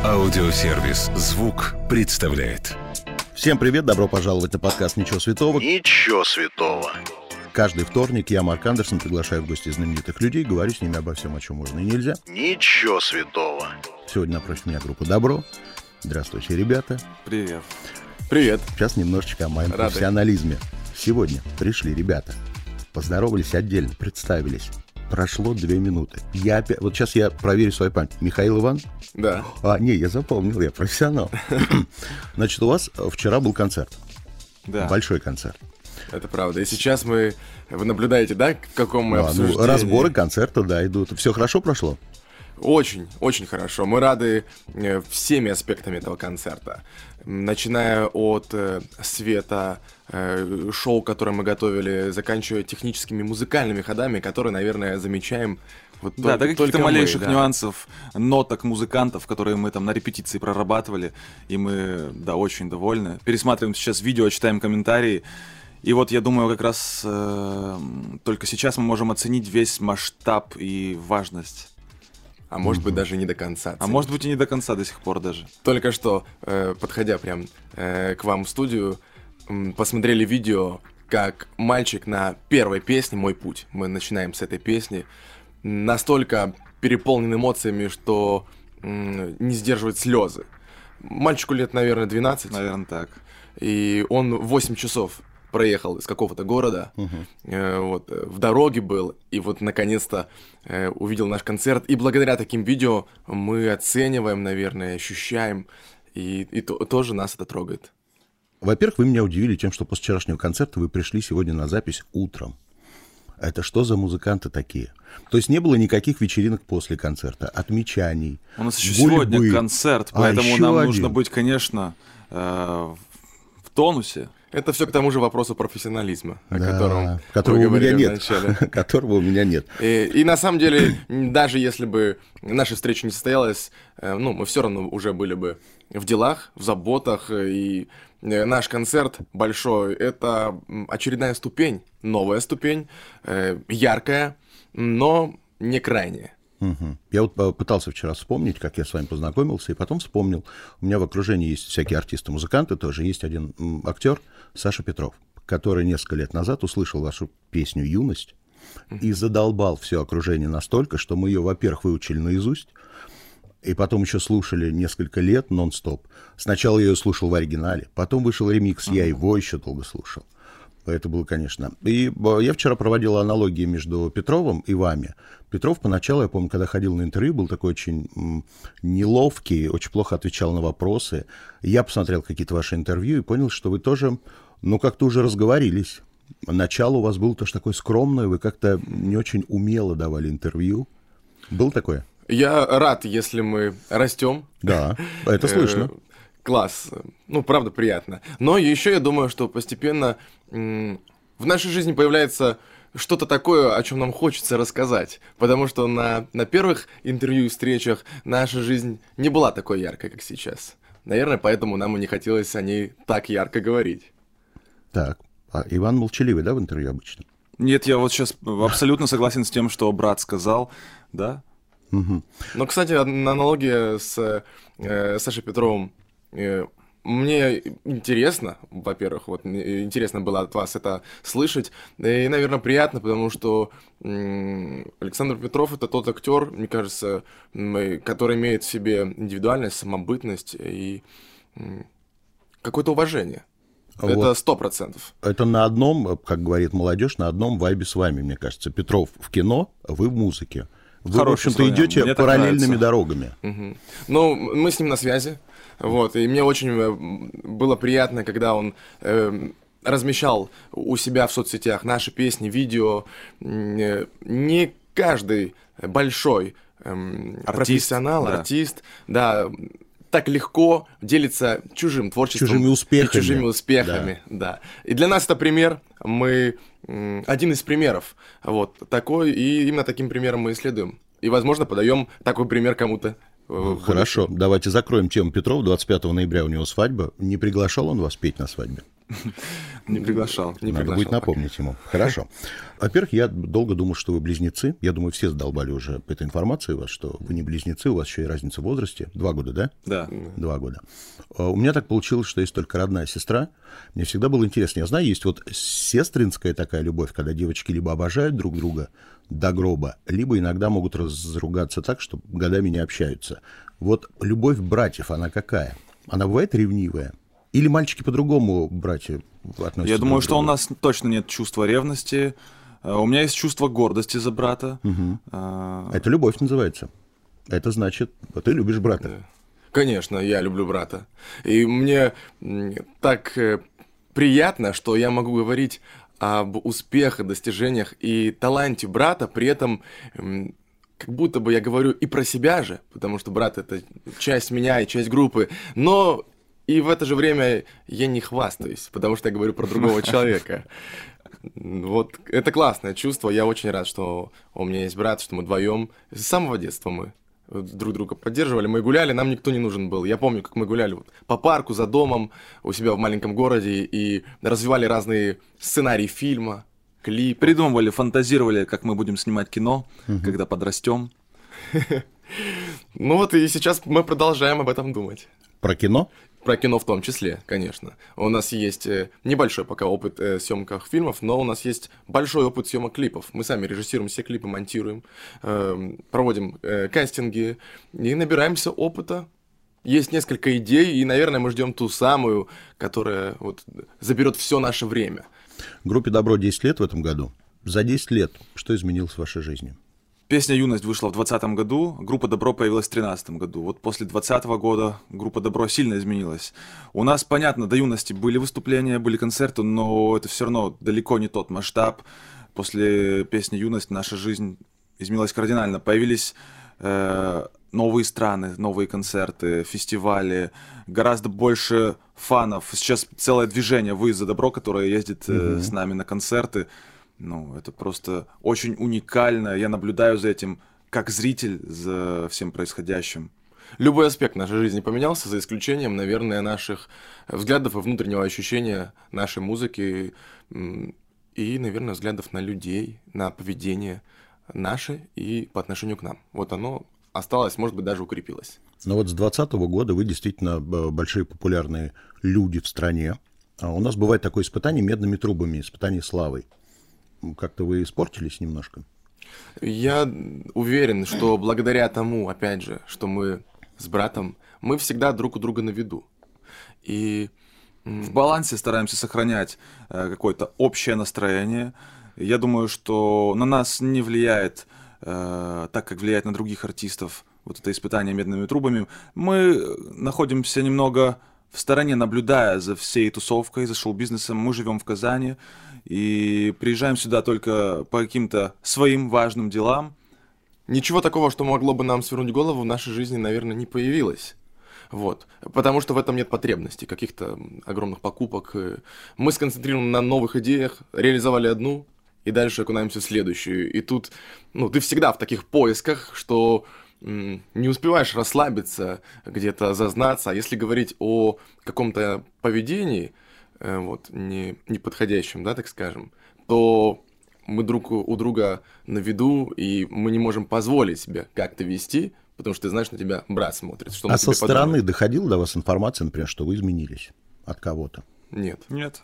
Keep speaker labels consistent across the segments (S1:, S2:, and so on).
S1: Аудиосервис «Звук» представляет.
S2: Всем привет, добро пожаловать на подкаст «Ничего святого».
S3: Ничего святого.
S2: Каждый вторник я, Марк Андерсон, приглашаю в гости знаменитых людей, говорю с ними обо всем, о чем можно и нельзя.
S3: Ничего святого.
S2: Сегодня напротив меня группа «Добро». Здравствуйте, ребята.
S4: Привет.
S3: Привет.
S2: Сейчас немножечко о моем профессионализме. Сегодня пришли ребята, поздоровались отдельно, представились. Прошло 2 минуты. Вот сейчас я проверю свою память. Михаил Иван?
S3: Да.
S2: Я запомнил, я профессионал. Значит, у вас вчера был концерт.
S4: Да.
S2: Большой концерт.
S3: Это правда. И сейчас вы наблюдаете, да, в каком мы обсуждении?
S2: Разборы концерта, да, идут. Все хорошо прошло?
S3: Очень, очень хорошо. Мы рады всеми аспектами этого концерта. Начиная от света, шоу, которое мы готовили, заканчивая техническими музыкальными ходами, которые, наверное, замечаем вот
S4: да, до каких-то малейших
S3: мы, да.
S4: нюансов, ноток музыкантов, которые мы там на репетиции прорабатывали, и мы, да, очень довольны. Пересматриваем сейчас видео, читаем комментарии, и вот я думаю, как раз только сейчас мы можем оценить весь масштаб и важность.
S3: А может быть, даже не до конца.
S4: А может быть, и не до конца до сих пор даже.
S3: Только что, подходя прям к вам в студию, посмотрели видео, как мальчик на первой песне «Мой путь». Мы начинаем с этой песни. Настолько переполнен эмоциями, что не сдерживает слезы. Мальчику лет, наверное, 12.
S4: Наверное, так.
S3: И он 8 часов проехал из какого-то города, в дороге был, и вот наконец-то увидел наш концерт. И благодаря таким видео мы оцениваем, наверное, ощущаем, и тоже нас это трогает.
S2: Во-первых, вы меня удивили тем, что после вчерашнего концерта вы пришли сегодня на запись утром. Это что за музыканты такие? То есть не было никаких вечеринок после концерта, отмечаний,
S4: У нас еще
S2: гульбы.
S4: сегодня концерт, поэтому нам
S2: один.
S4: нужно быть, конечно, в тонусе.
S3: Это все к тому же вопросу профессионализма, о котором
S2: которого
S3: мы
S2: у меня
S3: говорили в
S2: нет.
S3: начале.
S2: Которого у меня нет.
S3: И на самом деле, даже если бы наша встреча не состоялась, мы все равно уже были бы в делах, в заботах, и наш концерт большой — это очередная ступень, новая ступень, яркая, но не крайняя.
S2: Угу. Я вот пытался вчера вспомнить, как я с вами познакомился, и потом вспомнил. У меня в окружении есть всякие артисты-музыканты тоже. Есть один актер, Саша Петров, который несколько лет назад услышал вашу песню «Юность» и задолбал все окружение настолько, что мы ее, во-первых, выучили наизусть, и потом еще слушали несколько лет нон-стоп. Сначала я ее слушал в оригинале, потом вышел ремикс, я его еще долго слушал. Это было, конечно. И я вчера проводил аналогии между Петровым и вами. Петров поначалу, я помню, когда ходил на интервью, был такой очень неловкий, очень плохо отвечал на вопросы. Я посмотрел какие-то ваши интервью и понял, что вы тоже, как-то уже разговорились. Начало у вас было тоже такое скромное, вы как-то не очень умело давали интервью. Было такое? Я
S3: рад, если мы растем.
S2: Да, это слышно.
S3: Класс. Правда, приятно. Но еще я думаю, что постепенно в нашей жизни появляется что-то такое, о чем нам хочется рассказать. Потому что на первых интервью и встречах наша жизнь не была такой яркой, как сейчас. Наверное, поэтому нам и не хотелось о ней так ярко говорить. Так, а Иван молчаливый, да, в интервью обычно?
S4: Нет, я вот сейчас абсолютно согласен с тем, что брат сказал, да.
S3: Угу. Но, кстати, аналогия с Сашей Петровым. Мне интересно, во-первых, интересно было от вас это слышать, и, наверное, приятно, потому что Александр Петров — это тот актер, мне кажется, который имеет в себе индивидуальность, самобытность и какое-то уважение. Это 100%.
S2: Это на одном, как говорит молодежь, на одном вайбе с вами, мне кажется. Петров в кино, вы в музыке. Вы, в общем-то, идете параллельными дорогами.
S3: Угу. Мы с ним на связи. И мне очень было приятно, когда он размещал у себя в соцсетях наши песни, видео. Не каждый большой профессионал, артист, так легко делится чужим творчеством. Чужими успехами. Да. И для нас это пример. Мы один из примеров. Такой, и именно таким примером мы и следуем. И, возможно, подаем такой пример кому-то.
S2: Хорошо, давайте закроем тему Петрова. 25 ноября у него свадьба. Не приглашал он вас петь на свадьбе?
S3: Не приглашал.
S2: Надо будет напомнить ему. Хорошо. Во-первых, я долго думал, что вы близнецы. Я думаю, все задолбали уже этой информацией у вас, что вы не близнецы, у вас еще и разница в возрасте. 2 года, да?
S4: Да.
S2: 2 года. У меня так получилось, что есть только родная сестра. Мне всегда было интересно. Я знаю, есть вот сестринская такая любовь, когда девочки либо обожают друг друга до гроба, либо иногда могут разругаться так, что годами не общаются. Вот любовь братьев, она какая? Она бывает ревнивая? Или мальчики по-другому, братья, относятся?
S4: Я думаю,
S2: друг к
S4: что у
S2: другу?
S4: нас точно нет чувства ревности. У меня есть чувство гордости за брата.
S2: Это любовь называется. Это значит, ты любишь брата.
S3: Конечно, я люблю брата. И мне так приятно, что я могу говорить об успехах, достижениях и таланте брата, при этом как будто бы я говорю и про себя же, потому что брат — это часть меня и часть группы, но и в это же время я не хвастаюсь, потому что я говорю про другого человека. Вот это классное чувство, я очень рад, что у меня есть брат, что мы вдвоем. С самого детства мы друг друга поддерживали, мы гуляли, нам никто не нужен был. Я помню, как мы гуляли вот по парку, за домом, у себя в маленьком городе и развивали разные сценарии фильма, клипы.
S4: Придумывали, фантазировали, как мы будем снимать кино, когда подрастем.
S3: Ну вот и сейчас мы продолжаем об этом думать.
S2: Про кино?
S3: Про кино в том числе, конечно. У нас есть небольшой пока опыт в съемках фильмов, но у нас есть большой опыт съемок клипов. Мы сами режиссируем все клипы, монтируем, проводим кастинги и набираемся опыта. Есть несколько идей, и, наверное, мы ждем ту самую, которая вот заберет все наше время.
S2: Группе «Добро» 10 лет в этом году. За 10 лет что изменилось в вашей жизни?
S4: Песня «Юность» вышла в 2020 году, группа «Добро» появилась в 2013 году. Вот после 2020 года группа «Добро» сильно изменилась. У нас, понятно, до юности были выступления, были концерты, но это все равно далеко не тот масштаб. После песни «Юность» наша жизнь изменилась кардинально. Появились новые страны, новые концерты, фестивали, гораздо больше фанов. Сейчас целое движение «Вы за добро», которое ездит с нами на концерты. Ну, это просто очень уникально. Я наблюдаю за этим как зритель, за всем происходящим.
S3: Любой аспект нашей жизни поменялся, за исключением, наверное, наших взглядов и внутреннего ощущения нашей музыки и, наверное, взглядов на людей, на поведение наше и по отношению к нам. Вот оно осталось, может быть, даже укрепилось.
S2: Но вот с 2020 года вы действительно большие популярные люди в стране. А у нас бывает такое испытание медными трубами, испытание славой. Как-то вы испортились немножко?
S3: Я уверен, что благодаря тому, опять же, что мы с братом, мы всегда друг у друга на виду. И
S4: в балансе стараемся сохранять какое-то общее настроение. Я думаю, что на нас не влияет, так как влияет на других артистов, вот это испытание медными трубами. Мы находимся немного в стороне, наблюдая за всей тусовкой, за шоу-бизнесом. Мы живем в Казани и приезжаем сюда только по каким-то своим важным делам.
S3: Ничего такого, что могло бы нам свернуть голову, в нашей жизни, наверное, не появилось. Вот. Потому что в этом нет потребности, каких-то огромных покупок. Мы сконцентрированы на новых идеях, реализовали одну, и дальше окунаемся в следующую. И тут, ты всегда в таких поисках, что не успеваешь расслабиться, где-то зазнаться. А если говорить о каком-то поведении, неподходящем, да, так скажем, то мы друг у друга на виду, и мы не можем позволить себе как-то вести, потому что ты знаешь, на тебя брат смотрит. Что
S2: а со стороны доходила до вас информация, например, что вы изменились от кого-то?
S3: Нет.
S4: Нет.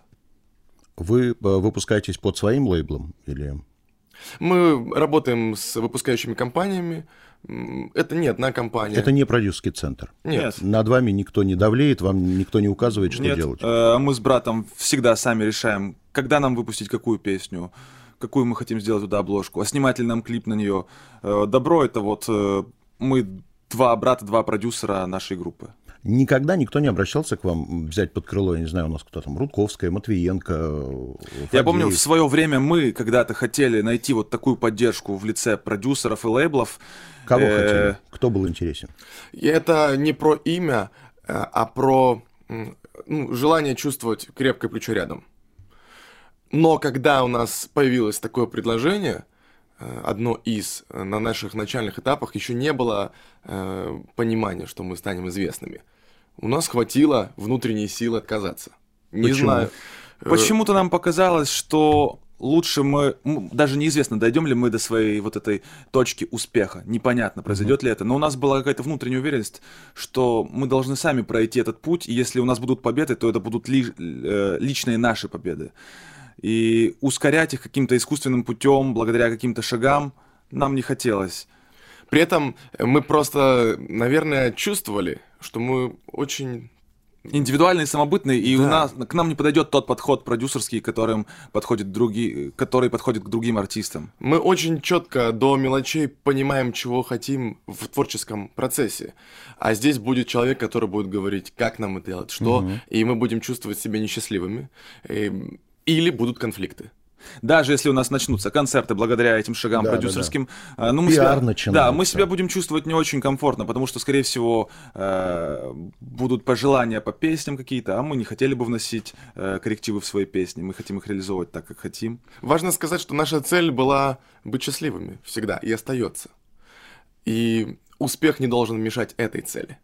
S2: Вы выпускаетесь под своим лейблом или...
S3: Мы работаем с выпускающими компаниями. Это не одна компания.
S2: Это не продюсерский центр?
S3: Нет.
S2: Над вами никто не давлеет, вам никто не указывает, что делать?
S4: Мы с братом всегда сами решаем, когда нам выпустить какую песню, какую мы хотим сделать туда обложку, а снимать ли нам клип на нее. Добро — это вот мы два брата, два продюсера нашей группы.
S2: Никогда никто не обращался к вам взять под крыло, я не знаю, у нас кто там, Рудковская, Матвиенко, Фадеев.
S4: Я помню, в свое время мы когда-то хотели найти вот такую поддержку в лице продюсеров и лейблов.
S2: Кого хотели? Кто был интересен?
S3: Это не про имя, а про желание чувствовать крепкое плечо рядом. Но когда у нас появилось такое предложение, одно из, на наших начальных этапах еще не было понимания, что мы станем известными. У нас хватило внутренней силы отказаться. Не
S2: Почему?
S3: знаю.
S4: Почему-то нам показалось, что лучше даже неизвестно, дойдем ли мы до своей вот этой точки успеха. Непонятно, произойдет ли это. Но у нас была какая-то внутренняя уверенность, что мы должны сами пройти этот путь, и если у нас будут победы, то это будут личные наши победы. И ускорять их каким-то искусственным путем, благодаря каким-то шагам, нам не хотелось.
S3: При этом мы просто, наверное, чувствовали, что мы очень...
S4: Индивидуальный, самобытный, и
S3: Да.
S4: к нам не подойдет тот подход продюсерский, который подходит к другим артистам.
S3: Мы очень четко до мелочей понимаем, чего хотим в творческом процессе. А здесь будет человек, который будет говорить, как нам это делать, что, и мы будем чувствовать себя несчастливыми. Или будут конфликты.
S4: Даже если у нас начнутся концерты благодаря этим шагам
S2: Да,
S4: продюсерским,
S2: да.
S4: ну, мы
S2: Пиар
S4: себя,
S2: начинается.
S4: мы себя будем чувствовать не очень комфортно, потому что, скорее всего, будут пожелания по песням какие-то, а мы не хотели бы вносить коррективы в свои песни, мы хотим их реализовывать так, как хотим.
S3: Важно сказать, что наша цель была быть счастливыми всегда и остается. И успех не должен мешать этой цели.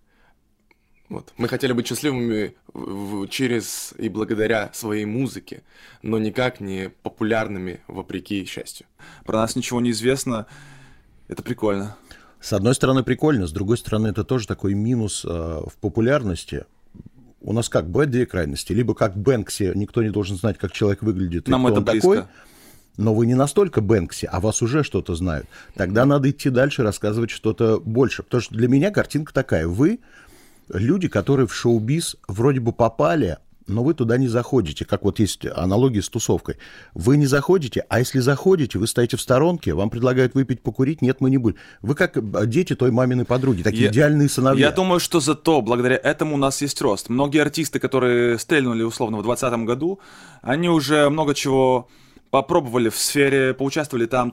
S3: Вот. Мы хотели быть счастливыми через и благодаря своей музыке, но никак не популярными вопреки счастью.
S4: Про нас ничего не известно, это прикольно.
S2: С одной стороны, прикольно, с другой стороны, это тоже такой минус в популярности. У нас как, бывают две крайности. Либо как Бэнкси, никто не должен знать, как человек выглядит, и
S4: Нам
S2: кто
S4: это
S2: он
S4: близко.
S2: такой. Но вы не настолько Бэнкси, а вас уже что-то знают. Тогда надо идти дальше, рассказывать что-то больше. Потому что для меня картинка такая. Вы люди, которые в шоу-биз вроде бы попали, но вы туда не заходите. Как вот есть аналогия с тусовкой. Вы не заходите, а если заходите, вы стоите в сторонке, вам предлагают выпить, покурить, нет, мы не будем. Вы как дети той маминой подруги, такие идеальные сыновья.
S4: Я думаю, что зато благодаря этому у нас есть рост. Многие артисты, которые стрельнули условно в 2020 году, они уже много чего попробовали в сфере, поучаствовали там,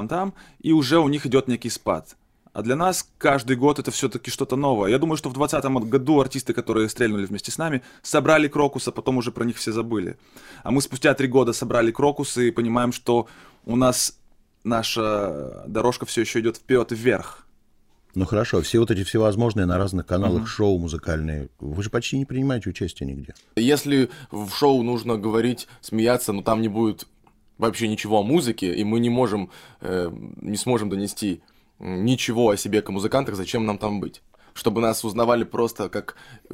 S4: и уже у них идет некий спад. А для нас каждый год это все-таки что-то новое. Я думаю, что в 2020 году артисты, которые стрельнули вместе с нами, собрали Крокус, а потом уже про них все забыли. А мы спустя 3 года собрали Крокус и понимаем, что у нас наша дорожка все еще идет вперед и вверх.
S2: Ну хорошо, все вот эти всевозможные на разных каналах шоу музыкальные, вы же почти не принимаете участие нигде.
S3: Если в шоу нужно говорить, смеяться, но там не будет вообще ничего о музыке, и мы не сможем донести ничего о себе как музыкантах, зачем нам там быть? Чтобы нас узнавали просто как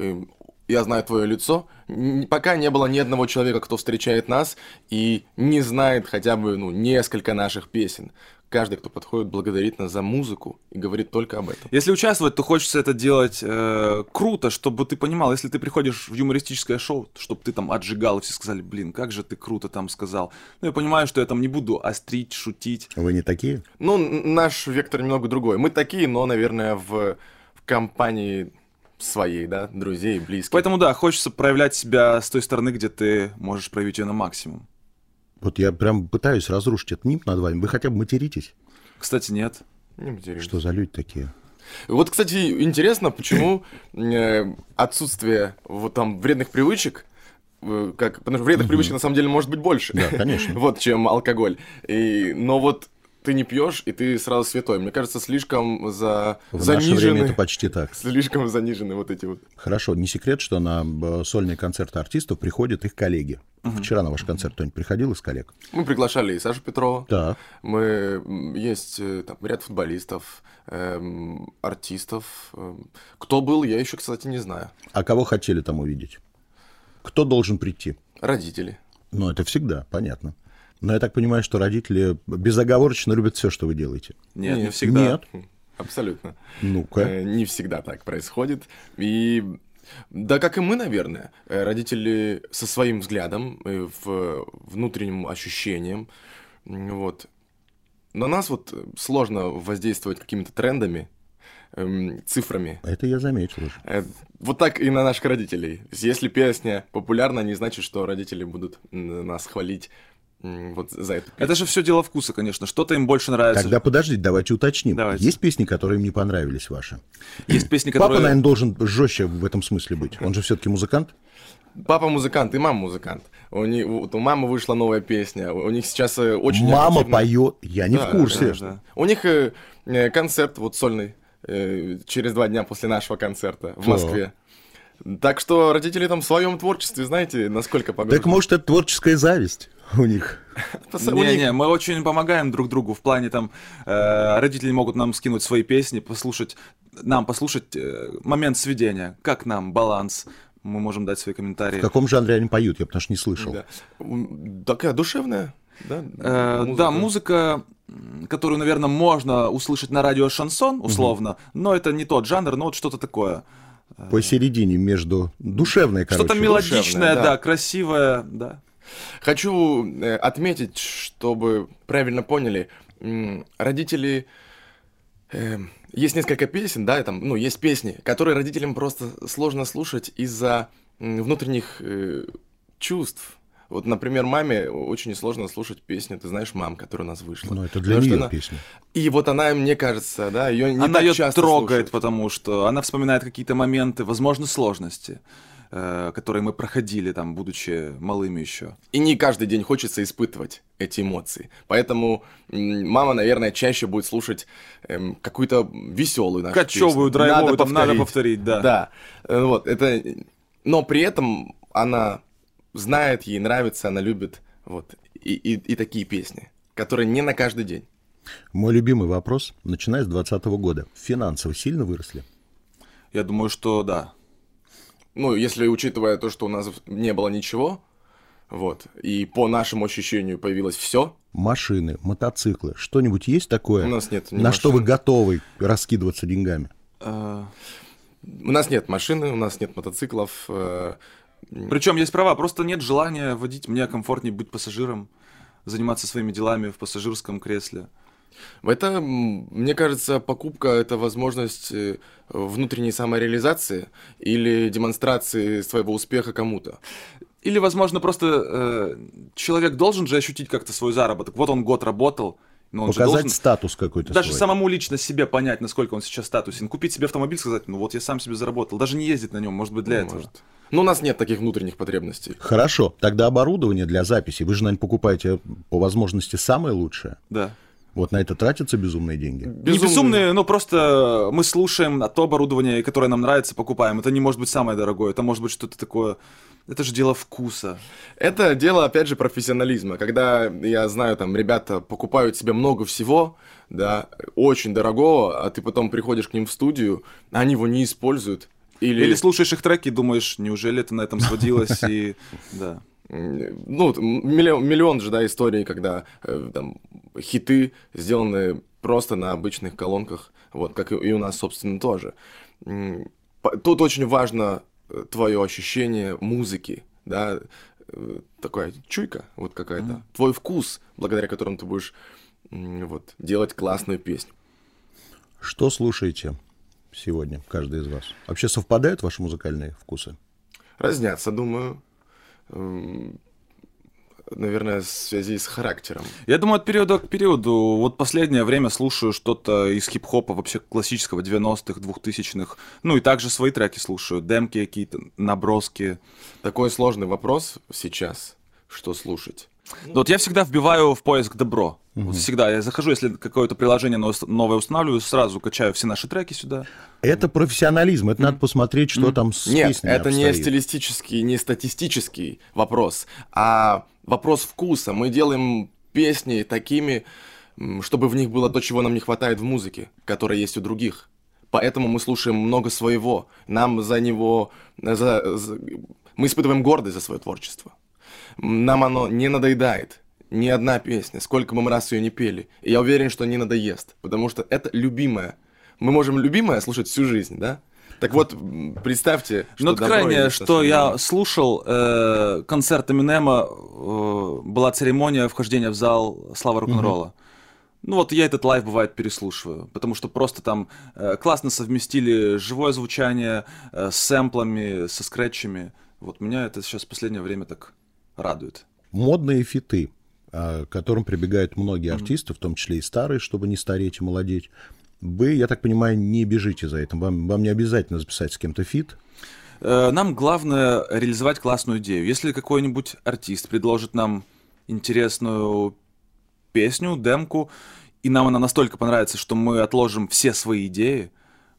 S3: «я знаю твое лицо». Пока не было ни одного человека, кто встречает нас и не знает хотя бы несколько наших песен. Каждый, кто подходит, благодарит нас за музыку и говорит только об этом.
S4: Если участвовать, то хочется это делать круто, чтобы ты понимал, если ты приходишь в юмористическое шоу, чтобы ты там отжигал, и все сказали, блин, как же ты круто там сказал. Ну, я понимаю, что я там не буду острить, шутить.
S2: Вы не такие?
S3: Ну, наш вектор немного другой. Мы такие, но, наверное, в компании своей, да, друзей, близких.
S4: Поэтому, да, хочется проявлять себя с той стороны, где ты можешь проявить ее на максимум.
S2: Вот я прям пытаюсь разрушить этот нимб над вами. Вы хотя бы материтесь?
S4: Кстати, нет.
S3: Не материмся.
S2: Что за люди такие?
S3: Вот, кстати, интересно, почему отсутствие вот там вредных привычек, потому что вредных привычек на самом деле может быть больше,
S2: Да, конечно.
S3: вот, чем алкоголь. Но вот ты не пьешь, и ты сразу святой. Мне кажется, слишком
S2: В наше время
S3: занижены.
S2: это почти так.
S3: Слишком занижены вот эти вот.
S2: Хорошо, не секрет, что на сольные концерты артистов приходят их коллеги. Вчера на ваш концерт кто-нибудь приходил из коллег?
S3: Мы приглашали и Сашу Петрова.
S2: Да.
S3: Есть там ряд футболистов, артистов. Кто был, я еще, кстати, не знаю.
S2: А кого хотели там увидеть? Кто должен прийти?
S3: Родители.
S2: Ну, это всегда, понятно. Но я так понимаю, что родители безоговорочно любят все, что вы делаете.
S4: Нет, не
S3: Нет.
S4: всегда.
S2: Нет.
S3: Абсолютно.
S2: Ну-ка.
S3: Не всегда так происходит. И да, как и мы, наверное, родители со своим взглядом, внутренним ощущением, вот. На нас вот сложно воздействовать какими-то трендами, цифрами.
S2: Это я заметил уже.
S3: Вот так и на наших родителей. Если песня популярна, не значит, что родители будут нас хвалить вот за это.
S4: Это же все дело вкуса, конечно. Что-то им больше нравится.
S2: Тогда подождите, давайте уточним.
S4: Давайте.
S2: Есть песни, которые им не понравились ваши?
S4: Есть песни,
S2: Папа,
S4: которые...
S2: наверное, должен жестче в этом смысле быть. Он же все-таки музыкант.
S3: Папа музыкант и мама музыкант. У мамы вышла новая песня. У них сейчас очень...
S2: Мама
S3: активно-
S2: поет, я не
S3: Да,
S2: в курсе.
S4: да.
S3: У них концерт вот сольный через 2 дня после нашего концерта в
S2: Так.
S3: Москве. Так что родители там в своем творчестве, знаете, насколько погружены.
S2: Так может, это творческая зависть у них?
S4: Не, мы очень помогаем друг другу в плане там, родители могут нам скинуть свои песни, послушать момент сведения, как нам, баланс, мы можем дать свои комментарии.
S2: В каком жанре они поют? Я потому что не слышал.
S3: Да. Такая душевная, да?
S4: Да, музыка, которую, наверное, можно услышать на радио шансон, условно, но это не тот жанр, но вот что-то такое.
S2: Посередине между душевной, короче.
S4: Что-то мелодичное,
S3: душевное,
S4: да, красивое, да.
S3: Хочу отметить, чтобы правильно поняли, родители... Есть несколько песен, да, там, ну, есть песни, которые родителям просто сложно слушать из-за внутренних чувств. Вот, например, маме очень сложно слушать песню «Ты знаешь, мам», которая у нас вышла.
S2: Ну, это для
S3: Потому что
S2: нее песня.
S3: И вот она, мне кажется, да, ее не
S4: Она
S3: так
S4: ее
S3: часто
S4: трогает,
S3: слушают.
S4: потому что она вспоминает какие-то моменты, возможно, сложности, которые мы проходили, там, будучи малыми еще.
S3: И не каждый день хочется испытывать эти эмоции. Поэтому мама, наверное, чаще будет слушать какую-то веселую нашу
S4: Кочевую,
S3: песню.
S4: драйвовую, там надо повторить, да.
S3: Да, вот, это... Но при этом она знает, ей нравится, она любит, вот, и такие песни, которые не на каждый день.
S2: Мой любимый вопрос, начиная с 2020 года. Финансово сильно выросли?
S4: Я думаю, что да.
S3: Ну, если учитывая то, что у нас не было ничего, вот, и по нашему ощущению появилось все.
S2: Машины, мотоциклы, что-нибудь есть такое,
S3: У нас нет ни
S2: на что вы
S3: машин.
S2: готовы раскидываться деньгами?
S3: У нас нет машины, у нас нет мотоциклов.
S4: Причем есть права, просто нет желания водить. Мне комфортнее быть пассажиром, заниматься своими делами в пассажирском кресле.
S3: Это, мне кажется, покупка — это возможность внутренней самореализации или демонстрации своего успеха кому-то.
S4: Или, возможно, просто человек должен же ощутить как-то свой заработок. Вот он год работал, но он же
S2: Показать
S4: должен
S2: статус какой-то
S4: даже
S2: свой.
S4: самому лично себе понять, насколько он сейчас статусен. Купить себе автомобиль, сказать, ну вот я сам себе заработал. Даже не ездить на нем, может быть, для этого.
S3: Может. Но у нас нет таких внутренних потребностей.
S2: Хорошо, тогда оборудование для записи. Вы же, наверное, покупаете по возможности самое лучшее.
S4: Да.
S2: Вот на это тратятся безумные деньги.
S4: Не безумные, но просто мы слушаем то оборудование, которое нам нравится, покупаем. Это не может быть самое дорогое, это может быть что-то такое... Это же дело вкуса.
S3: Это дело, опять же, профессионализма. Когда, я знаю, там, ребята покупают себе много всего, да, очень дорогого, а ты потом приходишь к ним в студию, а они его не используют.
S4: Или слушаешь их треки и думаешь, неужели это на этом сводилось, и... Да.
S3: Ну, миллион же, да, историй, когда там хиты сделаны просто на обычных колонках, вот, как и у нас, собственно, тоже. Тут очень важно твое ощущение музыки, да, такая чуйка вот какая-то, твой вкус, благодаря которому ты будешь вот, делать классную песню.
S2: Что слушаете сегодня, каждый из вас? Вообще совпадают ваши музыкальные вкусы?
S3: Разнятся, думаю. Наверное, в связи с характером.
S4: Я думаю, от периода к периоду. Вот последнее время слушаю что-то из хип-хопа, вообще классического, 90-х, 2000-х. Ну и также свои треки слушаю, демки какие-то, наброски.
S3: Такой сложный вопрос сейчас, что слушать.
S4: Вот я всегда вбиваю в поиск добро. Вот всегда. Я захожу, если какое-то приложение новое устанавливаю, сразу качаю все наши треки сюда.
S2: Это профессионализм, это надо посмотреть, что там с
S3: Нет,
S2: песнями
S3: это не
S2: обстоит.
S3: стилистический, не статистический вопрос, а вопрос вкуса. Мы делаем песни такими, чтобы в них было то, чего нам не хватает в музыке, которое есть у других. Поэтому мы слушаем много своего. Нам за него... Мы испытываем гордость за свое творчество. Нам оно не надоедает. Ни одна песня, сколько бы мы раз ее не пели. И я уверен, что не надоест, потому что это любимое. Мы можем любимое слушать всю жизнь, да? Так вот, представьте, что
S4: Ну, вот
S3: добро
S4: крайнее,
S3: есть
S4: что
S3: на
S4: я
S3: самом
S4: слушал, концерт Эминема, была церемония вхождения в зал славы рок-н-ролла. Ну вот я этот лайв, бывает, переслушиваю, потому что просто там классно совместили живое звучание с сэмплами, со скретчами. Вот меня это сейчас в последнее время так радует.
S2: Модные фиты, к которым прибегают многие артисты, в том числе и старые, чтобы не стареть и молодеть. Вы, я так понимаю, не бежите за этим. Вам не обязательно записать с кем-то фит.
S4: Нам главное реализовать классную идею. Если какой-нибудь артист предложит нам интересную песню, демку, и нам она настолько понравится, что мы отложим все свои идеи,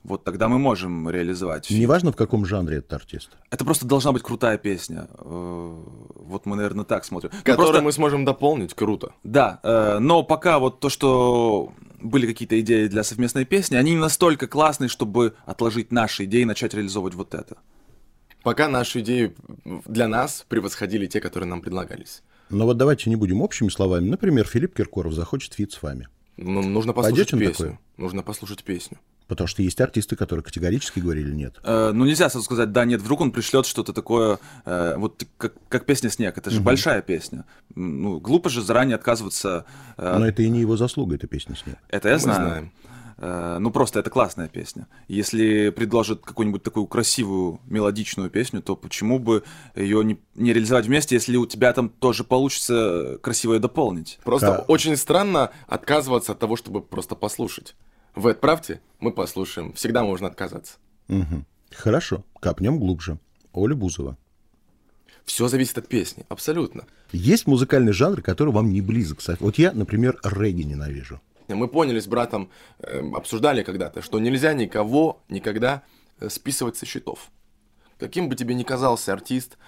S4: вот тогда мы можем реализовать.
S2: Неважно, в каком жанре этот артист.
S4: Это просто должна быть крутая песня. Вот мы, наверное, так смотрим.
S3: Которую мы сможем дополнить, круто.
S4: Да, но пока вот то, что были какие-то идеи для совместной песни, они не настолько классные, чтобы отложить наши идеи и начать реализовывать вот это.
S3: Пока наши идеи для нас превосходили те, которые нам предлагались.
S2: Но вот давайте не будем общими словами. Например, Филипп Киркоров захочет фит с вами.
S3: Ну, нужно послушать
S2: Пойдёте на
S3: песню.
S2: такое?
S3: Нужно послушать песню.
S2: Потому что есть артисты, которые категорически говорили нет.
S4: Ну, нельзя сразу сказать, да, нет, вдруг он пришлет что-то такое, вот как песня «Снег», это же большая песня. Ну, глупо же заранее отказываться.
S2: Но это и не его заслуга, эта песня «Снег».
S4: Это я
S3: Мы
S4: знаю.
S3: знаем.
S4: Ну, просто это классная песня. Если предложат какую-нибудь такую красивую, мелодичную песню, то почему бы ее не реализовать вместе, если у тебя там тоже получится красиво ее дополнить?
S3: Просто очень странно отказываться от того, чтобы просто послушать. Вы отправьте, мы послушаем. Всегда можно отказаться.
S2: Угу. Хорошо, копнем глубже. Оля Бузова.
S3: Все зависит от песни, абсолютно.
S2: Есть музыкальный жанр, который вам не близок. Вот я, например, регги ненавижу.
S3: Мы поняли с братом, обсуждали когда-то, что нельзя никого никогда списывать со счетов. Каким бы тебе ни казался артист,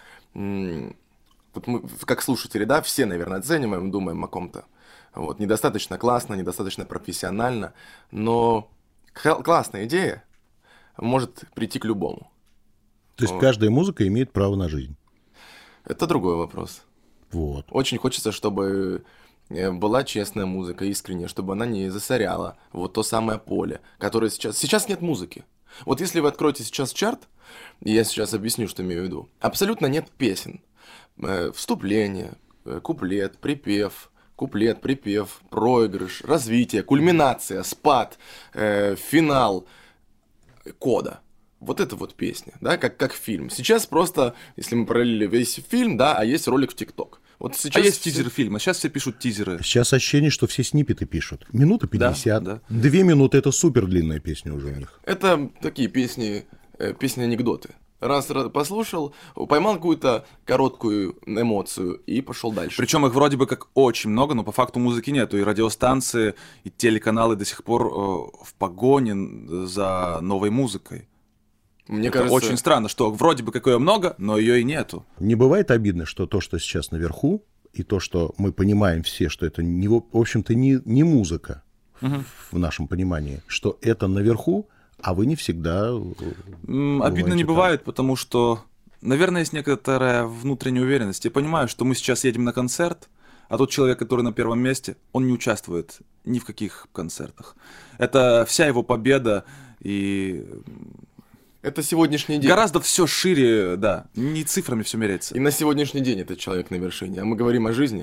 S3: вот мы, как слушатели, да, все, наверное, оцениваем, думаем о ком-то. Вот, недостаточно классно, недостаточно профессионально, но классная идея может прийти к любому.
S2: То есть каждая музыка имеет право на жизнь.
S3: Это другой вопрос.
S2: Вот.
S3: Очень хочется, чтобы была честная музыка, искренняя, чтобы она не засоряла вот то самое поле, которое сейчас... Сейчас нет музыки. Вот если вы откроете сейчас чарт, и я сейчас объясню, что имею в виду, абсолютно нет песен. Вступление, куплет, припев, проигрыш, развитие, кульминация, спад, финал, кода. Вот это вот песня, да, как фильм. Сейчас просто, если мы параллелили весь фильм, да, а есть ролик в ТикТок. Вот сейчас
S4: есть тизер фильма, сейчас все пишут тизеры.
S2: Сейчас ощущение, что все сниппеты пишут. Минута 50,
S4: Да.
S2: 2 минуты — это супер длинная песня уже у них.
S3: Это такие песни-анекдоты. Раз послушал, поймал какую-то короткую эмоцию и пошел дальше.
S4: Причем их вроде бы как очень много, но по факту музыки нету. И радиостанции, и телеканалы до сих пор в погоне за новой музыкой.
S3: Мне
S4: Это
S3: кажется,
S4: очень странно, что вроде бы как ее много, но ее и нету.
S2: Не бывает обидно, что то, что сейчас наверху, и то, что мы понимаем все, что это, не, в общем-то, не музыка в нашем понимании, что это наверху, а вы не всегда...
S4: Обидно не бывает, потому что, наверное, есть некоторая внутренняя уверенность. Я понимаю, что мы сейчас едем на концерт, а тот человек, который на первом месте, он не участвует ни в каких концертах. Это вся его победа, и
S3: это сегодняшний день.
S4: гораздо все шире, да, не цифрами все меряется.
S3: И на сегодняшний день этот человек на вершине. А мы говорим о жизни,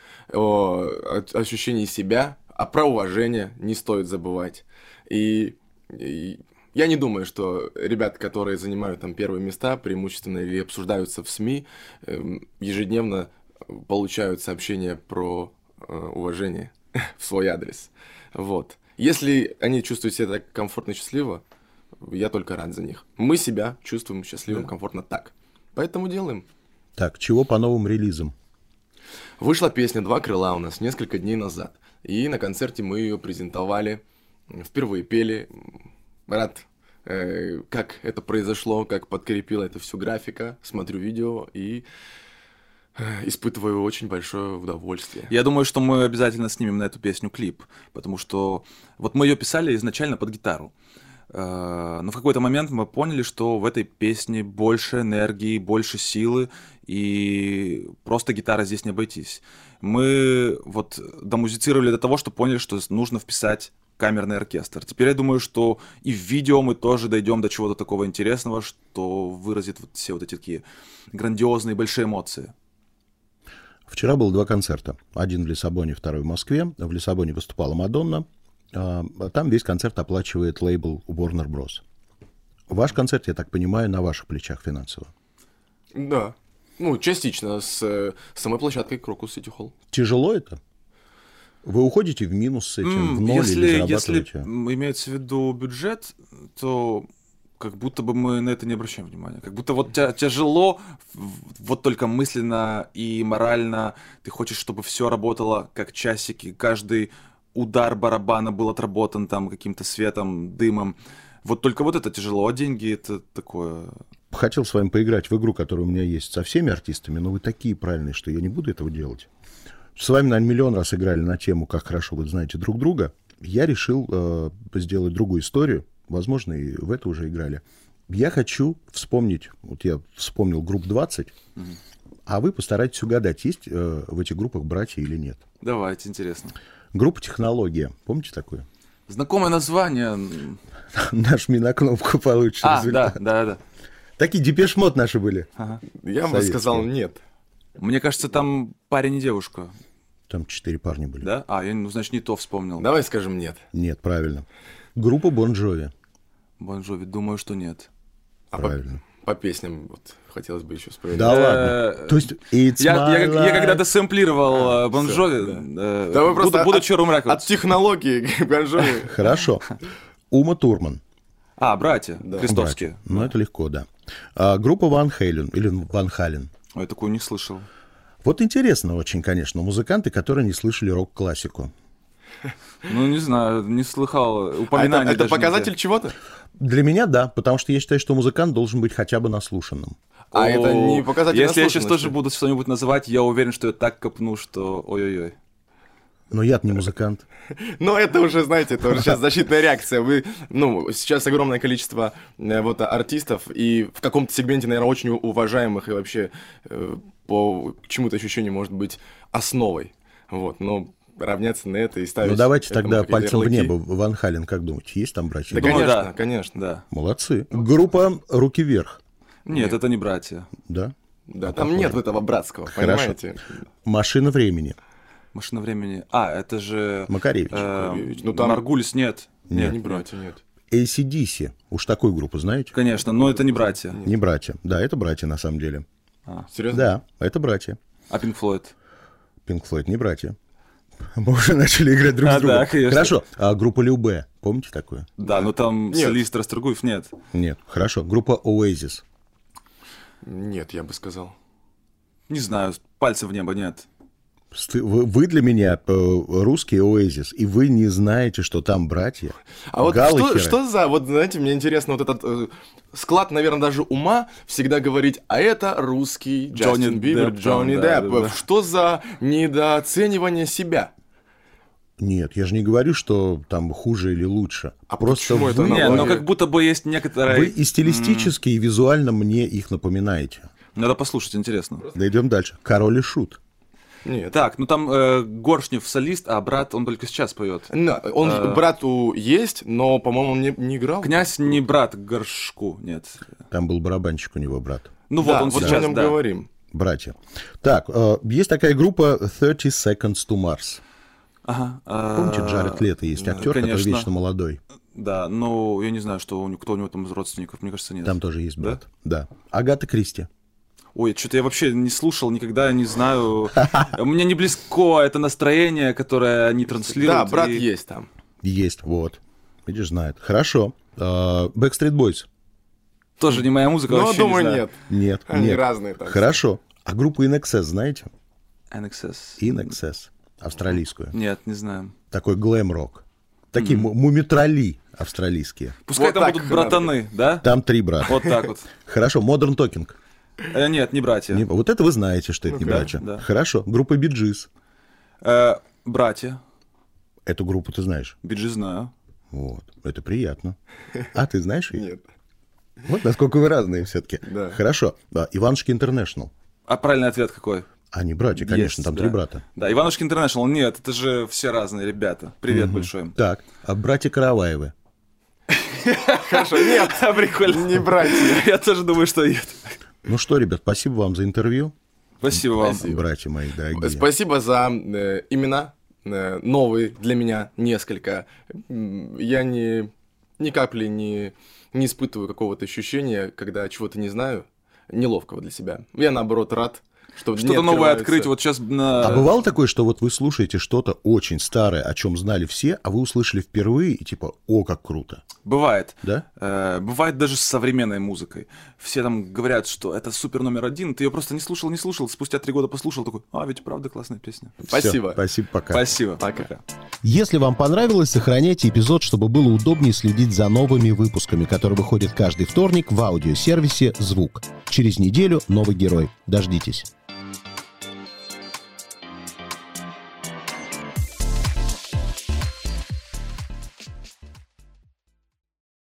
S3: о ощущении себя, про уважение не стоит забывать. И я не думаю, что ребята, которые занимают там первые места, преимущественно или обсуждаются в СМИ, ежедневно получают сообщения про уважение в свой адрес. Вот. Если они чувствуют себя так комфортно и счастливо, я только рад за них. Мы себя чувствуем счастливым, комфортно так. Поэтому делаем.
S2: Так, чего по новым релизам?
S3: Вышла песня «Два крыла» у нас несколько дней назад. И на концерте мы ее презентовали, впервые пели. Рад, как это произошло, как подкрепила это всю графика. Смотрю видео и испытываю очень большое удовольствие.
S4: Я думаю, что мы обязательно снимем на эту песню клип, потому что вот мы ее писали изначально под гитару. Но в какой-то момент мы поняли, что в этой песне больше энергии, больше силы, и просто гитара здесь не обойтись. Мы вот домузицировали до того, что поняли, что нужно вписать камерный оркестр. Теперь я думаю, что и в видео мы тоже дойдем до чего-то такого интересного, что выразит вот все вот эти такие грандиозные большие эмоции.
S2: Вчера было 2 концерта. Один в Лиссабоне, второй в Москве. В Лиссабоне выступала Мадонна. Там весь концерт оплачивает лейбл Warner Bros. Ваш концерт, я так понимаю, на ваших плечах финансово.
S3: Да. Ну, частично с самой площадкой Крокус Сити Холл.
S2: Тяжело это? Вы уходите в минус с этим, в ноль или зарабатываете?
S4: Если имеется в виду бюджет, то как будто бы мы на это не обращаем внимания. Как будто вот тяжело, вот только мысленно и морально ты хочешь, чтобы все работало как часики, каждый удар барабана был отработан там каким-то светом, дымом. Вот только вот это тяжело, а деньги это такое...
S2: Хотел с вами поиграть в игру, которая у меня есть со всеми артистами, но вы такие правильные, что я не буду этого делать. С вами, наверное, миллион раз играли на тему, как хорошо вы знаете друг друга. Я решил сделать другую историю. Возможно, и в это уже играли. Я хочу вспомнить, вот я вспомнил групп 20, а вы постарайтесь угадать, есть в этих группах братья или нет.
S4: Давайте, интересно.
S2: Группа «Технология». Помните такое?
S4: Знакомое название.
S2: Нажми на кнопку, получишь результат.
S4: Да.
S2: Такие Депеш Мод наши были.
S4: Ага.
S3: Я бы
S2: Советские.
S3: сказал нет.
S4: Мне кажется, там парень и девушка,
S2: Там 4 парня были.
S4: да? Значит, не то вспомнил.
S3: Давай скажем нет.
S2: Нет, правильно. Группа Бон Джови.
S4: Бон Джови, думаю, что нет.
S2: Правильно.
S3: По песням вот хотелось бы еще вспомнить.
S2: Да ладно. То есть It's
S4: Я
S2: my life.
S4: когда-то сэмплировал Бон
S3: всё,
S4: Джови,
S3: Да вы просто
S4: будучи Рум
S3: от
S4: Рекордс.
S3: технологии Бон Джови.
S2: Хорошо. Ума Турман.
S4: Братья,
S3: Да.
S4: крестовские.
S2: Ну, это легко, да. Группа Ван Хейлен или Ван Хален.
S4: Ой, такую не слышал.
S2: Вот интересно очень, конечно, музыканты, которые не слышали рок-классику.
S4: Ну, не знаю, не слыхал
S3: А
S4: упоминаний
S3: это
S4: даже
S3: показатель
S4: нигде.
S3: чего-то?
S2: Для меня, да, потому что я считаю, что музыкант должен быть хотя бы наслушанным.
S3: А это не показатель
S4: Если я сейчас
S3: наслушанности.
S4: тоже буду что-нибудь называть, я уверен, что я так копну, что ой-ой-ой.
S2: Но я-то не музыкант.
S3: Но это уже, знаете, это уже сейчас защитная реакция. Вы, сейчас огромное количество вот артистов и в каком-то сегменте, наверное, очень уважаемых и вообще по чему-то ощущению может быть основой. Вот, но равняться на это и ставить...
S2: Ну, давайте
S3: этому
S2: тогда
S3: какие-то
S2: пальцем в
S3: ярлыки.
S2: небо. Ван Хален, как думаете, есть там братья?
S3: Да,
S4: Думаю,
S3: конечно,
S4: да.
S3: конечно.
S4: Да.
S2: Молодцы. Группа «Руки вверх».
S4: Нет, это не братья.
S2: Да.
S3: Да, там нет этого братского,
S2: Хорошо.
S3: понимаете?
S2: «Машина времени».
S4: Машина времени. Это же...
S2: Макаревич.
S3: Ну, там-
S4: Маргулис нет.
S3: Не братья, нет.
S2: AC/DC. Уж такую группу знаете?
S4: Конечно, но это не братья.
S2: Не братья. Да, это братья на самом деле.
S3: Серьезно?
S2: Да, это братья.
S4: А Пинк Флойд?
S2: Пинк Флойд не братья. Мы уже начали играть друг с другом.
S4: Да, конечно.
S2: Хорошо. А группа Любе. Помните такое?
S4: Да, но там
S3: Нет.
S4: солист Расторгуев нет.
S2: Нет. Хорошо. Группа Oasis.
S3: Нет, я бы сказал.
S4: Не знаю, пальцев в небо нет.
S2: Вы для меня русский Oasis, и вы не знаете, что там братья.
S3: А вот
S2: Галлахеры.
S3: что за, вот знаете, мне интересно, вот этот склад, наверное, даже ума всегда говорить, а это русский
S4: Джонни
S3: Джастин Бибер,
S4: Депп,
S3: Джонни
S4: да,
S3: Депп.
S4: да, да.
S3: Что за недооценивание себя?
S2: Нет, я же не говорю, что там хуже или лучше.
S3: А
S2: Просто
S3: почему это
S2: вы,
S3: на-
S4: Не, но
S3: Аналогия.
S4: как будто бы есть некоторые...
S2: вы и стилистически, и визуально мне их напоминаете.
S4: Надо послушать, интересно.
S2: Да идем дальше. Король и Шут.
S3: Нет.
S4: Так, ну там Горшнев солист, а брат, он только сейчас поет.
S3: Он брату есть, но, по-моему, он не играл.
S4: Князь не брат Горшку, нет.
S2: Там был барабанщик у него, брат.
S4: Ну
S3: Да,
S4: вот он
S3: вот
S4: сейчас,
S3: о нем
S4: да.
S3: говорим.
S2: Братья. Так, есть такая группа 30 Seconds to Mars.
S4: Ага.
S2: Помните, Джаред Лето есть актер, который
S4: конечно.
S2: вечно молодой.
S4: Да, но я не знаю, кто у него там из родственников, мне кажется, нет.
S2: Там тоже есть брат. Да. Агата Кристи.
S4: Ой, что-то я вообще не слушал, никогда не знаю. Мне не близко это настроение, которое они транслируют.
S3: Да, брат
S4: и-
S3: есть там.
S2: Есть, вот. Видишь, знает. Хорошо. Backstreet Boys.
S4: Тоже не моя музыка,
S3: Но,
S4: вообще
S3: думаю,
S4: не знаю.
S3: нет.
S2: Нет,
S3: Они
S2: нет.
S3: разные там.
S2: Хорошо. А группу In Excess знаете?
S4: NXS.
S2: In Excess. Австралийскую.
S4: Нет, не знаю.
S2: Такой глэм-рок. Такие мумитроли австралийские.
S4: Пускай
S3: Вот
S4: там
S3: так
S4: будут
S3: надо.
S4: братаны, да?
S2: Там 3 брата.
S4: Вот так вот.
S2: Хорошо. Modern Talking.
S4: Нет, не братья.
S2: Вот это вы знаете, что это не
S4: да,
S2: братья.
S4: да.
S2: Хорошо. Группа Bee Gees.
S4: Братья.
S2: Эту группу ты знаешь.
S4: Биджи знаю.
S2: Вот. Это приятно. А ты знаешь ее?
S3: Нет.
S2: Вот насколько вы разные все-таки.
S3: Да.
S2: Хорошо. Да, Иванушки Интернешнл.
S4: А правильный ответ какой?
S2: Они братья, конечно,
S4: Есть,
S2: там
S4: да.
S2: 3 брата.
S4: Да, Иванушки Интернешнл. Нет, это же все разные ребята. Привет большой.
S2: Так, а братья Караваевы.
S3: Хорошо, нет.
S4: Прикольно.
S3: Не братья.
S4: Я тоже думаю, что нет.
S2: Ну что, ребят, спасибо вам за интервью.
S4: Спасибо вам.
S2: Братья мои дорогие.
S3: Спасибо за имена, новые для меня несколько. Я ни капли не испытываю какого-то ощущения, когда чего-то не знаю, неловкого для себя. Я, наоборот, рад
S4: что-то новое открыть. Вот сейчас
S2: А бывало такое, что вот вы слушаете что-то очень старое, о чем знали все, а вы услышали впервые и типа, о, как круто?
S4: Бывает.
S2: Да?
S4: Бывает даже с современной музыкой. Все там говорят, что это супер номер один, ты ее просто не слушал, спустя 3 года послушал, такой, ведь правда классная песня.
S3: Спасибо.
S2: Всё, спасибо, пока.
S4: Спасибо.
S3: Пока.
S2: Если вам понравилось, сохраняйте эпизод, чтобы было удобнее следить за новыми выпусками, которые выходят каждый вторник в аудиосервисе «Звук». Через неделю новый герой. Дождитесь.